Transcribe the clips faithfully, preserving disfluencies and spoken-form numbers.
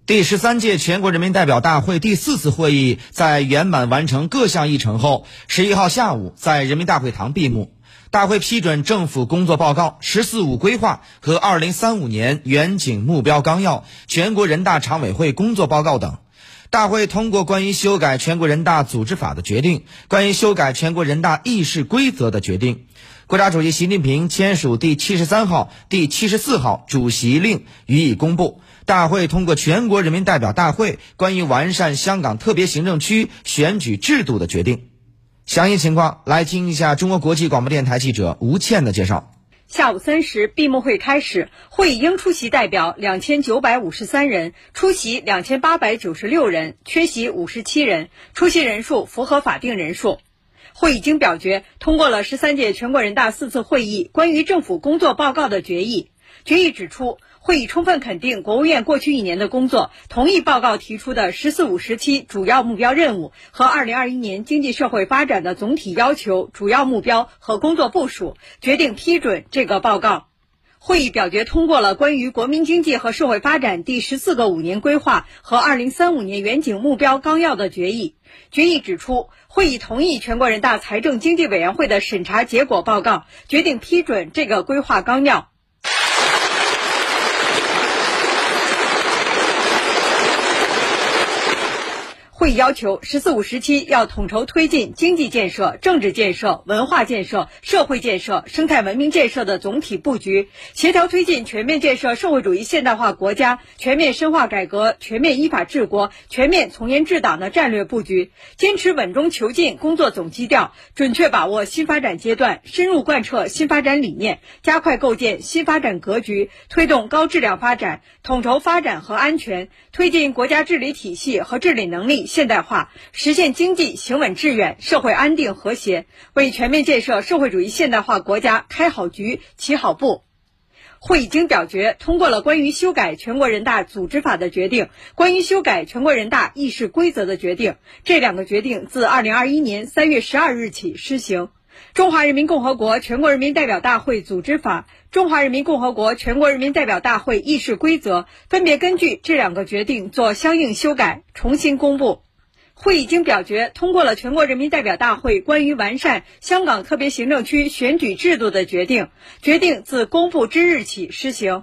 第十三届全国人民代表大会第四次会议在圆满完成各项议程后，十一号下午在人民大会堂闭幕。大会批准政府工作报告、十四五规划和二零三五年远景目标纲要、全国人大常委会工作报告等。大会通过关于修改全国人大组织法的决定，关于修改全国人大议事规则的决定。国家主席习近平签署第七十三号、第七十四号主席令予以公布。大会通过全国人民代表大会关于完善香港特别行政区选举制度的决定。详细情况来听一下中国国际广播电台记者吴倩的介绍。 下午三时，闭幕会开始，会议应出席代表两千九百五十三人，出席两千八百九十六人，缺席五十七人，出席人数符合法定人数。会议经表决，通过了十三届全国人大四次会议关于政府工作报告的决议。决议指出，会议充分肯定国务院过去一年的工作，同意报告提出的“十四五”时期主要目标任务和二零二一年经济社会发展的总体要求、主要目标和工作部署，决定批准这个报告。会议表决通过了关于国民经济和社会发展第十四个五年规划和二零三五年远景目标纲要的决议。决议指出，会议同意全国人大财政经济委员会的审查结果报告，决定批准这个规划纲要。会议要求“十四五”时期要统筹推进经济建设、政治建设、文化建设、社会建设、生态文明建设的总体布局，协调推进全面建设社会主义现代化国家、全面深化改革、全面依法治国、全面从严治党的战略布局，坚持稳中求进工作总基调，准确把握新发展阶段，深入贯彻新发展理念，加快构建新发展格局，推动高质量发展，统筹发展和安全，推进国家治理体系和治理能力现代化，实现经济行稳致远、社会安定和谐，为全面建设社会主义现代化国家开好局、起好步。会议经表决通过了关于修改全国人大组织法的决定，关于修改全国人大议事规则的决定。这两个决定自二零二一年三月十二日起施行。中华人民共和国全国人民代表大会组织法、中华人民共和国全国人民代表大会议事规则分别根据这两个决定做相应修改，重新公布。会议经表决通过了全国人民代表大会关于完善香港特别行政区选举制度的决定，决定自公布之日起施行。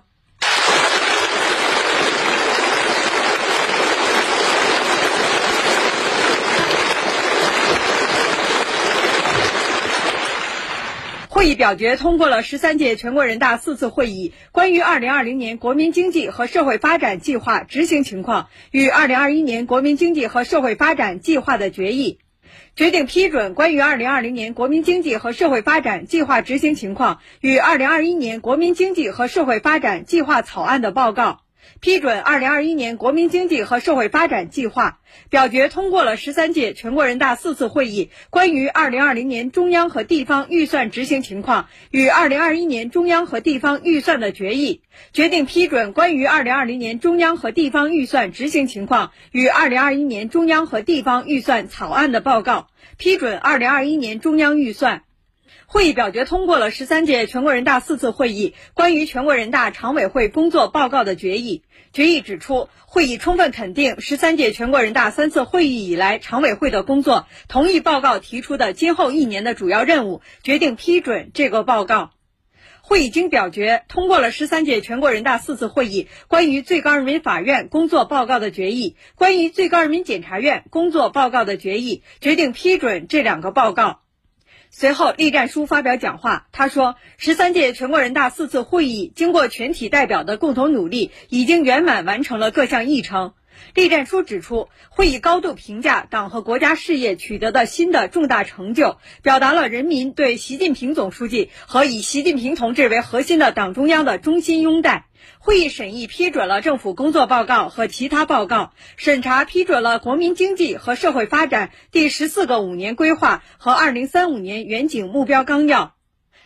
会议表决通过了十三届全国人大四次会议关于二零二零年国民经济和社会发展计划执行情况与二零二一年国民经济和社会发展计划的决议，决定批准关于二零二零年国民经济和社会发展计划执行情况与二零二一年国民经济和社会发展计划草案的报告，批准二零二一年国民经济和社会发展计划。表决通过了十三届全国人大四次会议关于二零二零年中央和地方预算执行情况与二零二一年中央和地方预算的决议，决定批准关于二零二零年中央和地方预算执行情况与二零二一年中央和地方预算草案的报告，批准二零二一年中央预算。会议表决通过了十三届全国人大四次会议关于全国人大常委会工作报告的决议。决议指出，会议充分肯定十三届全国人大三次会议以来常委会的工作，同意报告提出的今后一年的主要任务，决定批准这个报告。会议经表决通过了十三届全国人大四次会议关于最高人民法院工作报告的决议，关于最高人民检察院工作报告的决议，决定批准这两个报告。随后，栗战书发表讲话，他说，十三届全国人大四次会议经过全体代表的共同努力，已经圆满完成了各项议程。栗战书指出，会议高度评价党和国家事业取得的新的重大成就，表达了人民对习近平总书记和以习近平同志为核心的党中央的衷心拥戴。会议审议批准了政府工作报告和其他报告，审查批准了国民经济和社会发展第十四个五年规划和二零三五年远景目标纲要。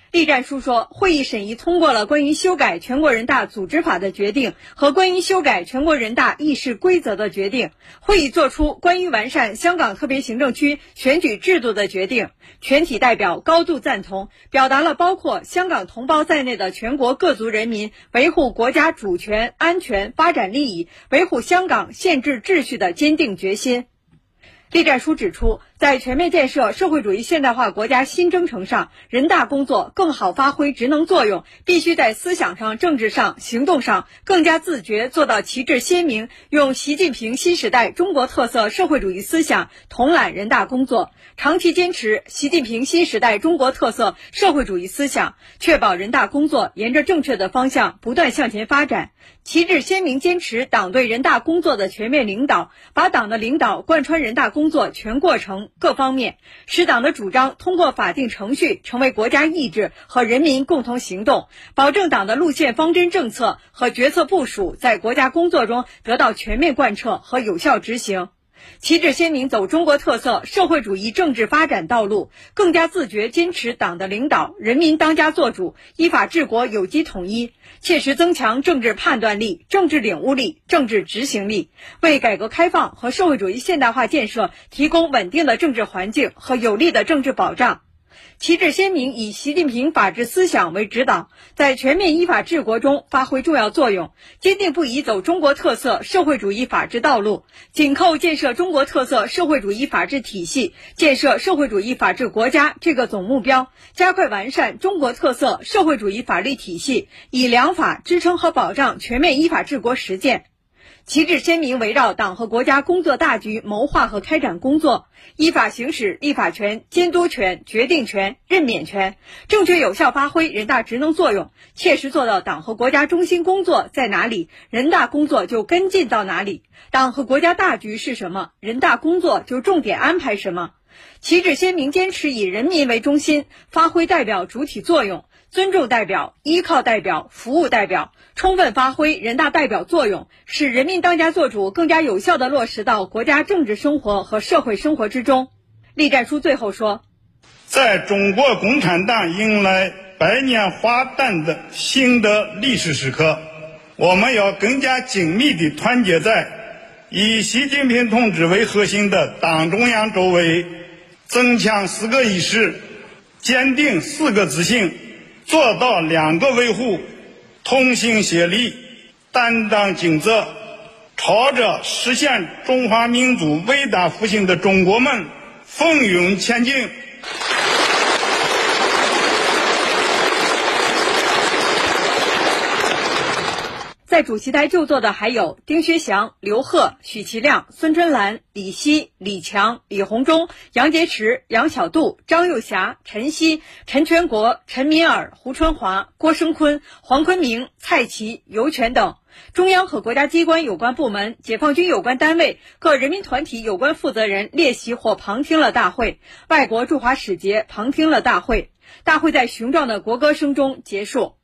栗战书说，会议审议通过了关于修改全国人大组织法的决定和关于修改全国人大议事规则的决定。会议作出关于完善香港特别行政区选举制度的决定。全体代表高度赞同，表达了包括香港同胞在内的全国各族人民维护国家主权、安全、发展利益，维护香港宪制秩序的坚定决心。栗战书指出，在全面建设社会主义现代化国家新征程上，人大工作更好发挥职能作用，必须在思想上、政治上、行动上更加自觉，做到旗帜鲜明，用习近平新时代中国特色社会主义思想统揽人大工作，长期坚持习近平新时代中国特色社会主义思想，确保人大工作沿着正确的方向不断向前发展。旗帜鲜明坚持党对人大工作的全面领导，把党的领导贯穿人大工作全过程各方面，使党的主张通过法定程序成为国家意志和人民共同行动，保证党的路线方针政策和决策部署在国家工作中得到全面贯彻和有效执行。旗帜鲜明走中国特色社会主义政治发展道路，更加自觉坚持党的领导，人民当家作主，依法治国有机统一，切实增强政治判断力、政治领悟力、政治执行力，为改革开放和社会主义现代化建设提供稳定的政治环境和有力的政治保障。旗帜鲜明以习近平法治思想为指导，在全面依法治国中发挥重要作用，坚定不移走中国特色社会主义法治道路，紧扣建设中国特色社会主义法治体系、建设社会主义法治国家这个总目标，加快完善中国特色社会主义法律体系，以良法支撑和保障全面依法治国实践。旗帜鲜明围绕党和国家工作大局谋划和开展工作，依法行使立法权、监督权、决定权、任免权，正确有效发挥人大职能作用，切实做到党和国家中心工作在哪里，人大工作就跟进到哪里；党和国家大局是什么，人大工作就重点安排什么。旗帜鲜明坚持以人民为中心，发挥代表主体作用，尊重代表、依靠代表、服务代表，充分发挥人大代表作用，使人民当家作主更加有效地落实到国家政治生活和社会生活之中。栗战书最后说， 在中国共产党迎来百年华诞的新的历史时刻，我们要更加紧密地团结在以习近平同志为核心的党中央周围，增强四个意识，坚定四个自信，做到两个维护，同心协力，担当尽责，朝着实现中华民族伟大复兴的中国梦奋勇前进。 在主席台就座的还有丁薛祥、刘鹤、许其亮、孙春兰、李希、李强、李鸿忠、杨洁篪、杨晓渡、张又侠、陈希、陈全国、陈敏尔、胡春华、郭声琨、黄坤明、蔡奇、尤权等。中央和国家机关有关部门、解放军有关单位、各人民团体有关负责人列席或旁听了大会，外国驻华使节旁听了大会。大会在雄壮的国歌声中结束。